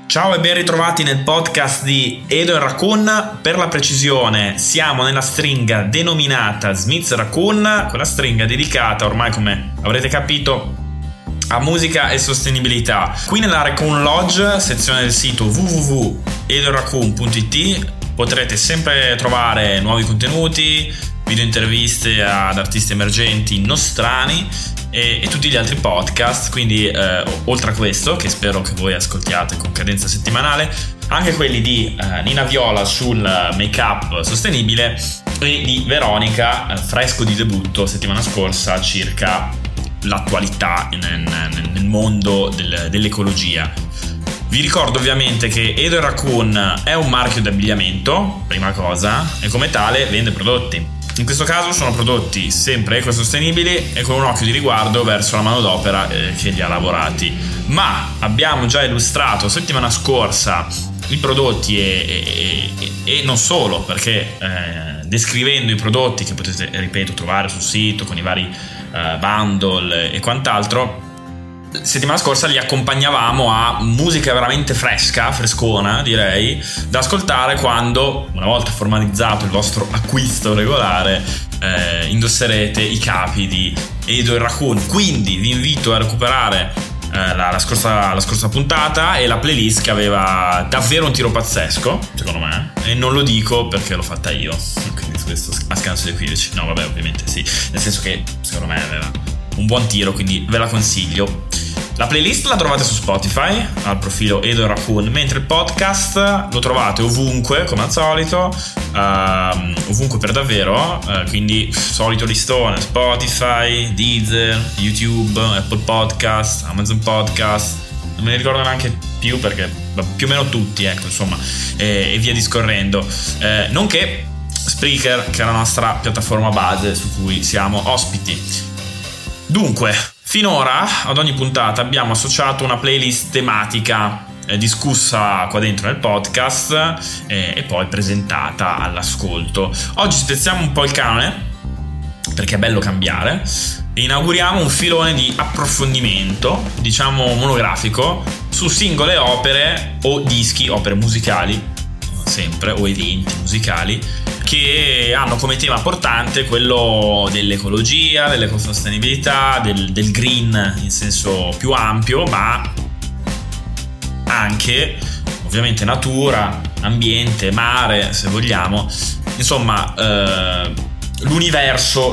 Ciao e ben ritrovati nel podcast di Edo e Raccoon. Per la precisione siamo nella stringa denominata Smith Raccoon, quella stringa dedicata ormai, come avrete capito, a musica e sostenibilità. Qui nella Raccoon Lodge, sezione del sito www.edoraccoon.it, potrete sempre trovare nuovi contenuti, video interviste ad artisti emergenti nostrani e tutti gli altri podcast. Quindi oltre a questo, che spero che voi ascoltiate con cadenza settimanale, anche quelli di Nina Viola sul make-up sostenibile e di Veronica, fresco di debutto settimana scorsa, circa l'attualità nel mondo dell'ecologia. Vi ricordo ovviamente che Edo e Raccoon è un marchio di abbigliamento, prima cosa, e come tale vende prodotti. In questo caso sono prodotti sempre ecosostenibili e con un occhio di riguardo verso la manodopera che li ha lavorati. Ma abbiamo già illustrato settimana scorsa i prodotti e non solo, perché descrivendo i prodotti che potete, ripeto, trovare sul sito con i vari bundle e quant'altro, settimana scorsa li accompagnavamo a musica veramente frescona, direi, da ascoltare quando, una volta formalizzato il vostro acquisto regolare, indosserete i capi di Edo e Raccoon. Quindi vi invito a recuperare la scorsa puntata e la playlist, che aveva davvero un tiro pazzesco, secondo me, e non lo dico perché l'ho fatta io, quindi questo a scanso di equivoci. No, vabbè, ovviamente sì, nel senso che secondo me aveva un buon tiro, quindi ve la consiglio. La playlist la trovate su Spotify al profilo Edo e Raccoon, mentre il podcast lo trovate ovunque, come al solito, ovunque per davvero, quindi solito listone: Spotify, Deezer, YouTube, Apple Podcast, Amazon Podcast, non me ne ricordo neanche più perché più o meno tutti, ecco, insomma, e via discorrendo, nonché Spreaker, che è la nostra piattaforma base su cui siamo ospiti. Dunque, finora ad ogni puntata abbiamo associato una playlist tematica discussa qua dentro nel podcast e poi presentata all'ascolto. Oggi spezziamo un po' il canone perché è bello cambiare e inauguriamo un filone di approfondimento, diciamo monografico, su singole opere o dischi, opere musicali sempre, o eventi musicali che hanno come tema portante quello dell'ecologia, dell'ecosostenibilità, del green in senso più ampio, ma anche ovviamente natura, ambiente, mare, se vogliamo, insomma l'universo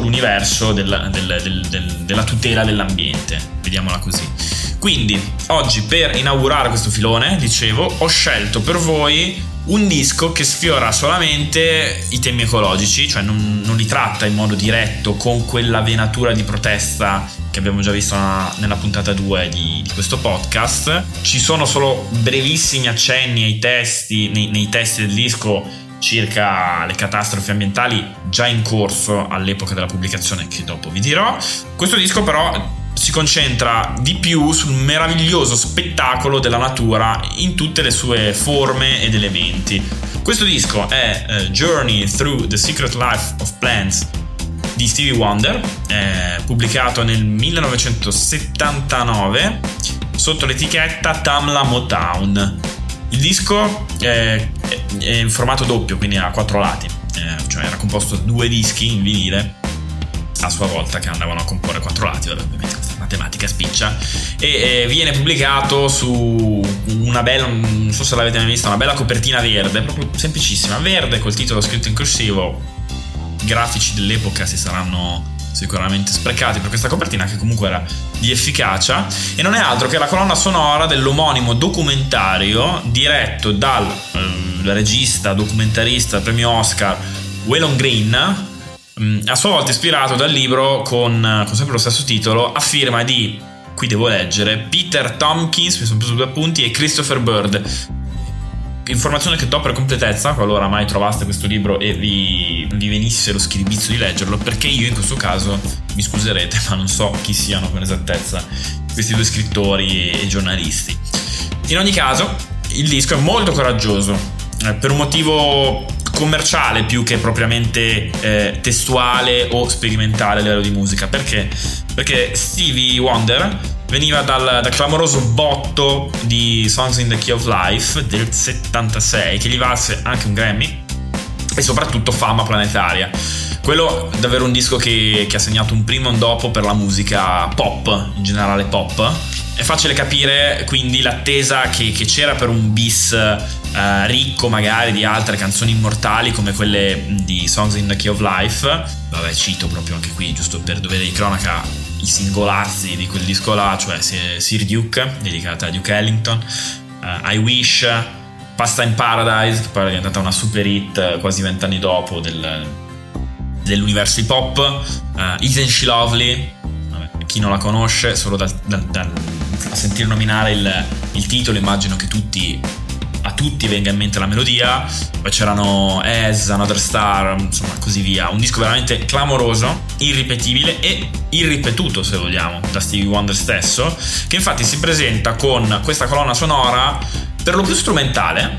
della tutela dell'ambiente, vediamola così. Quindi oggi, per inaugurare questo filone, dicevo, ho scelto per voi un disco che sfiora solamente i temi ecologici, cioè non li tratta in modo diretto con quella venatura di protesta che abbiamo già visto nella puntata 2 di questo podcast. Ci sono solo brevissimi accenni ai testi, nei testi del disco, circa le catastrofi ambientali già in corso all'epoca della pubblicazione, che dopo vi dirò. Questo disco però si concentra di più sul meraviglioso spettacolo della natura in tutte le sue forme ed elementi. Questo disco è Journey Through the Secret Life of Plants di Stevie Wonder, pubblicato nel 1979 sotto l'etichetta Tamla Motown. Il disco è in formato doppio, quindi ha 4 lati, cioè era composto da 2 dischi in vinile a sua volta che andavano a comporre 4 lati. Vabbè, ovviamente questa matematica spiccia, e viene pubblicato su una bella, non so se l'avete mai vista, una bella copertina verde, proprio semplicissima, verde, col titolo scritto in corsivo. I grafici dell'epoca si saranno sicuramente sprecati per questa copertina, che comunque era di efficacia, e non è altro che la colonna sonora dell'omonimo documentario diretto dal regista, documentarista, premio Oscar Waylon Green, a sua volta ispirato dal libro con sempre lo stesso titolo, a firma di, qui devo leggere, Peter Tompkins, mi sono preso 2 appunti, e Christopher Bird. Informazione che do per completezza, qualora mai trovaste questo libro e vi venisse lo schiribizzo di leggerlo, perché io in questo caso, mi scuserete, ma non so chi siano con esattezza questi 2 scrittori e giornalisti. In ogni caso, il disco è molto coraggioso, per un motivo commerciale più che propriamente testuale o sperimentale a livello di musica. Perché? Perché Stevie Wonder veniva dal clamoroso botto di Songs in the Key of Life del 76, che gli valse anche un Grammy e soprattutto fama planetaria. Quello è davvero un disco che ha segnato un prima e un dopo per la musica pop, in generale pop. È facile capire quindi l'attesa che c'era per un bis ricco magari di altre canzoni immortali come quelle di Songs in the Key of Life. Vabbè, cito proprio anche qui, giusto per dovere di cronaca, i singolazzi di quel disco là, cioè Sir Duke, dedicata a Duke Ellington, I Wish, Pasta in Paradise, che poi è diventata una super hit quasi 20 anni dopo dell'universo hip hop, Isn't She Lovely. Vabbè, chi non la conosce, solo a sentir nominare il titolo immagino che a tutti venga in mente la melodia. Poi c'erano As, Another Star, insomma così via. Un disco veramente clamoroso, irripetibile e irripetuto, se vogliamo, da Stevie Wonder stesso, che infatti si presenta con questa colonna sonora per lo più strumentale,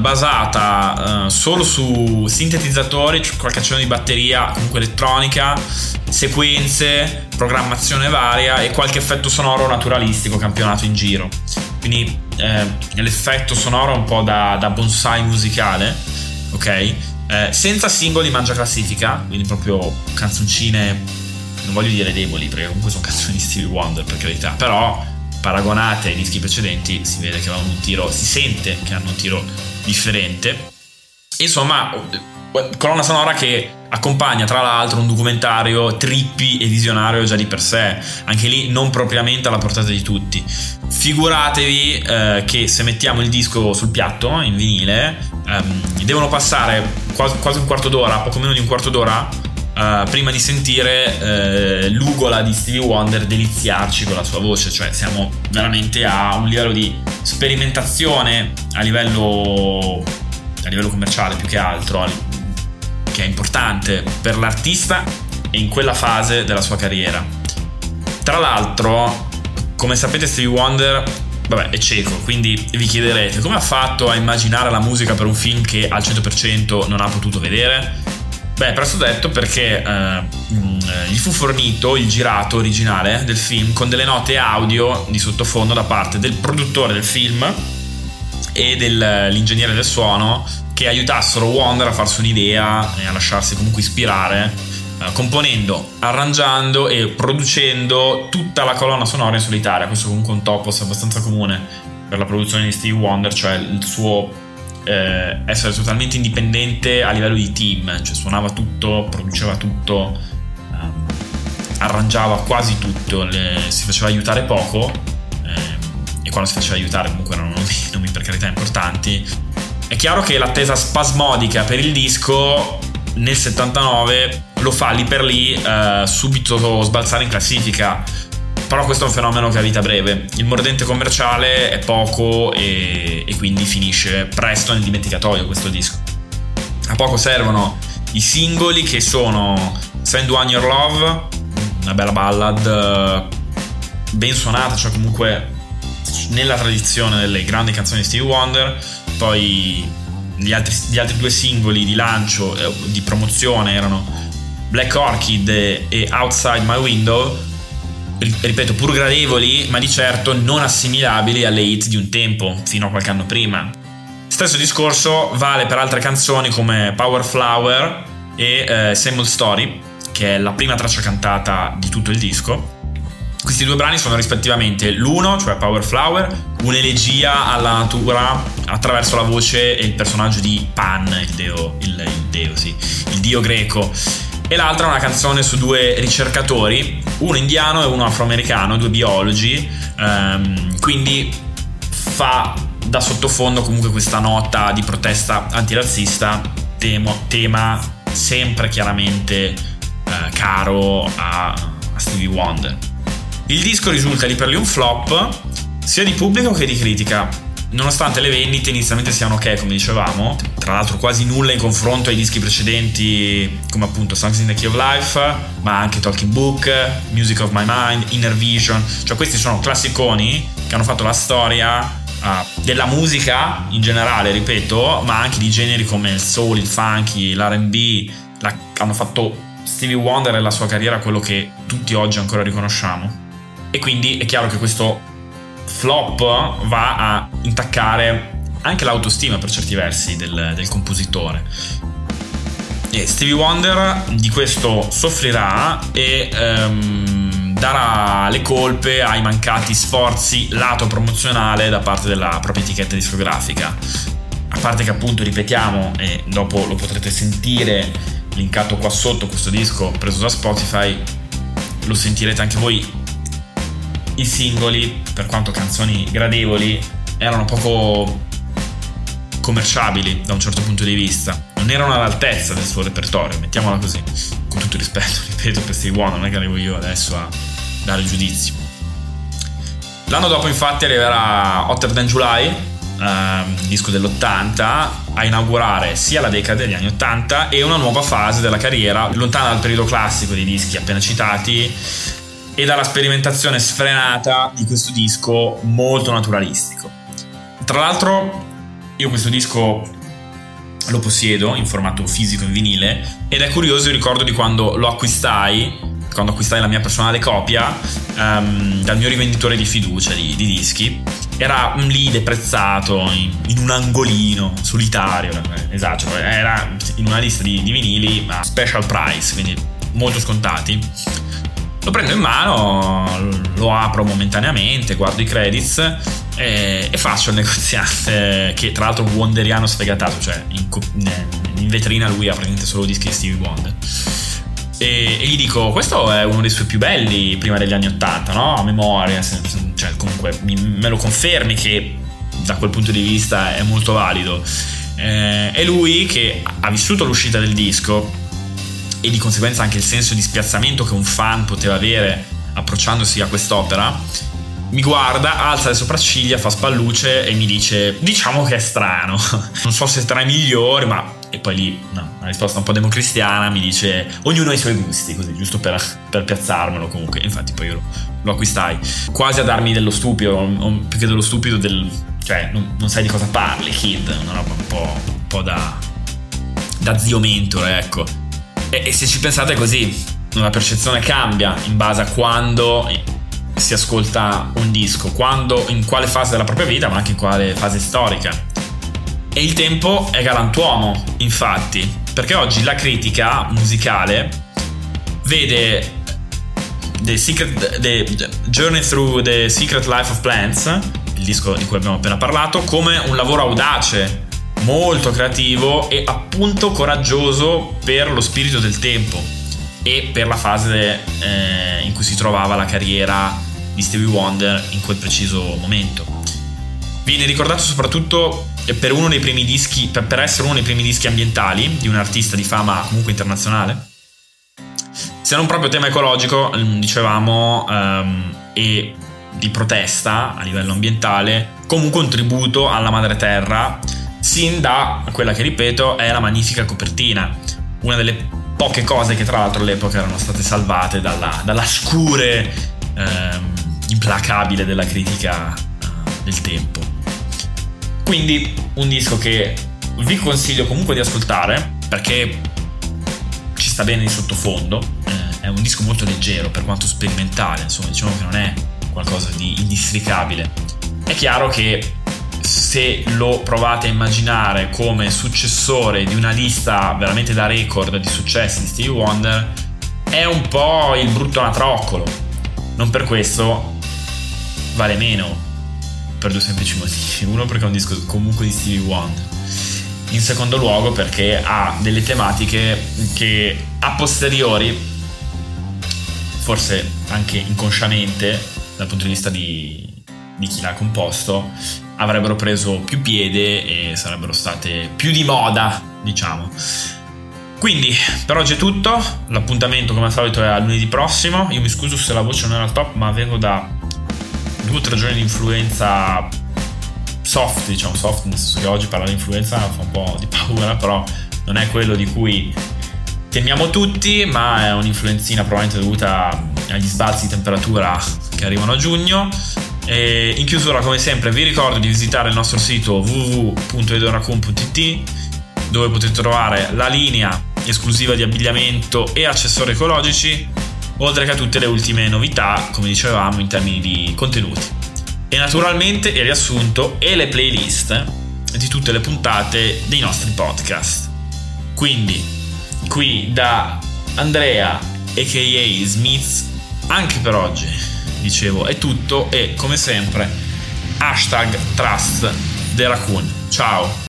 basata solo su sintetizzatori, qualche accenno di batteria comunque elettronica, sequenze, programmazione varia e qualche effetto sonoro naturalistico campionato in giro. Quindi l'effetto sonoro un po' da bonsai musicale, ok? Senza singoli mangia classifica, quindi proprio canzoncine, non voglio dire deboli perché comunque sono canzoni di Stevie Wonder, per carità, però paragonate ai dischi precedenti si vede che avevano un tiro, si sente che hanno un tiro differente. Insomma, colonna sonora che accompagna tra l'altro un documentario trippy e visionario già di per sé, anche lì non propriamente alla portata di tutti. Figuratevi che se mettiamo il disco sul piatto in vinile devono passare quasi un quarto d'ora, poco meno di un quarto d'ora, prima di sentire l'ugola di Stevie Wonder deliziarci con la sua voce. Cioè siamo veramente a un livello di sperimentazione a livello commerciale più che altro, che è importante per l'artista e in quella fase della sua carriera. Tra l'altro, come sapete, Stevie Wonder è cieco, quindi vi chiederete come ha fatto a immaginare la musica per un film che al 100% non ha potuto vedere. Presto detto, perché gli fu fornito il girato originale del film con delle note audio di sottofondo da parte del produttore del film e dell'ingegnere del suono, che aiutassero Wonder a farsi un'idea e a lasciarsi comunque ispirare, componendo, arrangiando e producendo tutta la colonna sonora in solitaria. Questo comunque è un topos abbastanza comune per la produzione di Stevie Wonder, cioè il suo essere totalmente indipendente a livello di team, cioè suonava tutto, produceva tutto, arrangiava quasi tutto, si faceva aiutare poco, e quando si faceva aiutare comunque erano nomi per carità importanti. È chiaro che l'attesa spasmodica per il disco nel 79 lo fa lì per lì subito sbalzare in classifica, però questo è un fenomeno che ha vita breve. Il mordente commerciale è poco e quindi finisce presto nel dimenticatoio questo disco. A poco servono i singoli, che sono Send One Your Love, una bella ballad ben suonata, cioè comunque nella tradizione delle grandi canzoni di Stevie Wonder. Poi gli altri due singoli di lancio, di promozione, erano Black Orchid e Outside My Window, ripeto, pur gradevoli, ma di certo non assimilabili alle hit di un tempo, fino a qualche anno prima. Stesso discorso vale per altre canzoni come Power Flower e Same Old Story, che è la prima traccia cantata di tutto il disco. Questi due brani sono rispettivamente l'uno, cioè Power Flower, un'elegia alla natura attraverso la voce e il personaggio di Pan, il dio greco, e l'altra è una canzone su due ricercatori, uno indiano e uno afroamericano, due biologi, quindi fa da sottofondo comunque questa nota di protesta antirazzista, tema sempre chiaramente caro a Stevie Wonder. Il disco risulta lì per lì un flop sia di pubblico che di critica, nonostante le vendite inizialmente siano ok, come dicevamo, tra l'altro quasi nulla in confronto ai dischi precedenti come appunto Songs in the Key of Life, ma anche Talking Book, Music of My Mind, Inner Vision. Cioè questi sono classiconi che hanno fatto la storia della musica in generale, ripeto, ma anche di generi come il soul, il funky, l'R&B. Hanno fatto Stevie Wonder e la sua carriera quello che tutti oggi ancora riconosciamo. e quindi è chiaro che questo flop va a intaccare anche l'autostima per certi versi del compositore. E Stevie Wonder di questo soffrirà e darà le colpe ai mancati sforzi lato promozionale da parte della propria etichetta discografica. A parte che, appunto, ripetiamo, e dopo lo potrete sentire linkato qua sotto, questo disco preso da Spotify, lo sentirete anche voi, i singoli, per quanto canzoni gradevoli, erano poco commerciabili da un certo punto di vista, non erano all'altezza del suo repertorio, mettiamola così, con tutto il rispetto, ripeto, per Stevie Wonder, non è che arrivo io adesso a dare giudizio. L'anno dopo infatti arriverà Hotter Than July, disco dell'80, a inaugurare sia la decade degli anni 80 e una nuova fase della carriera, lontana dal periodo classico dei dischi appena citati e dalla sperimentazione sfrenata di questo disco molto naturalistico. Tra l'altro io questo disco lo possiedo in formato fisico in vinile ed è curioso il ricordo di quando lo acquistai, quando acquistai la mia personale copia dal mio rivenditore di fiducia di dischi. Era lì deprezzato in un angolino solitario, esatto, era in una lista di vinili a special price, quindi molto scontati. Lo prendo in mano, lo apro momentaneamente, guardo i credits e faccio il negoziante, che tra l'altro è un wonderiano sfegatato, cioè in vetrina lui ha praticamente solo dischi di Stevie Wonder. E gli dico: questo è uno dei suoi più belli prima degli anni 80, no? A memoria, cioè comunque me lo confermi che da quel punto di vista è molto valido. E lui, che ha vissuto l'uscita del disco e di conseguenza anche il senso di spiazzamento che un fan poteva avere approcciandosi a quest'opera, mi guarda, alza le sopracciglia, fa spallucce e mi dice: diciamo che è strano, non so se tra i migliori, ma... E poi lì, no, una risposta un po' democristiana, mi dice: ognuno ha i suoi gusti, così, giusto per piazzarmelo comunque. Infatti poi io lo acquistai, quasi a darmi dello stupido, o più che dello stupido cioè non sai di cosa parli, kid, una roba un po' da zio mentore, ecco. E se ci pensate è così, la percezione cambia in base a quando si ascolta un disco, quando, in quale fase della propria vita, ma anche in quale fase storica. E il tempo è galantuomo, infatti, perché oggi la critica musicale vede The Journey Through the Secret Life of Plants, il disco di cui abbiamo appena parlato, come un lavoro audace, molto creativo e appunto coraggioso per lo spirito del tempo e per la fase in cui si trovava la carriera di Stevie Wonder in quel preciso momento. Viene ricordato soprattutto per uno dei primi dischi, per essere uno dei primi dischi ambientali di un artista di fama comunque internazionale, se non proprio tema ecologico, dicevamo, e di protesta a livello ambientale, comunque un tributo alla madre terra, sin da quella che, ripeto, è la magnifica copertina, una delle poche cose che tra l'altro all'epoca erano state salvate dalla scure implacabile della critica del tempo. Quindi un disco che vi consiglio comunque di ascoltare, perché ci sta bene di sottofondo, è un disco molto leggero per quanto sperimentale, insomma, diciamo che non è qualcosa di indistricabile. È chiaro che se lo provate a immaginare come successore di una lista veramente da record di successi di Stevie Wonder, è un po' il brutto anatroccolo. Non per questo vale meno, per due semplici motivi. Uno, perché è un disco comunque di Stevie Wonder. In secondo luogo, perché ha delle tematiche che a posteriori, forse anche inconsciamente dal punto di vista di chi l'ha composto, avrebbero preso più piede e sarebbero state più di moda, diciamo. Quindi per oggi è tutto. L'appuntamento come al solito è a lunedì prossimo. Io mi scuso se la voce non era al top, ma vengo da 2 o 3 giorni di influenza soft, diciamo soft, nel senso che oggi parlare di influenza fa un po' di paura, però non è quello di cui temiamo tutti, ma è un'influenzina probabilmente dovuta agli sbalzi di temperatura che arrivano a giugno. E in chiusura, come sempre, vi ricordo di visitare il nostro sito www.edonraccoon.it, dove potete trovare la linea esclusiva di abbigliamento e accessori ecologici, oltre che a tutte le ultime novità, come dicevamo, in termini di contenuti. E naturalmente il riassunto e le playlist di tutte le puntate dei nostri podcast. Quindi, qui da Andrea, a.k.a. Smith, anche per oggi, dicevo, è tutto, e come sempre #Trust the Raccoon. Ciao!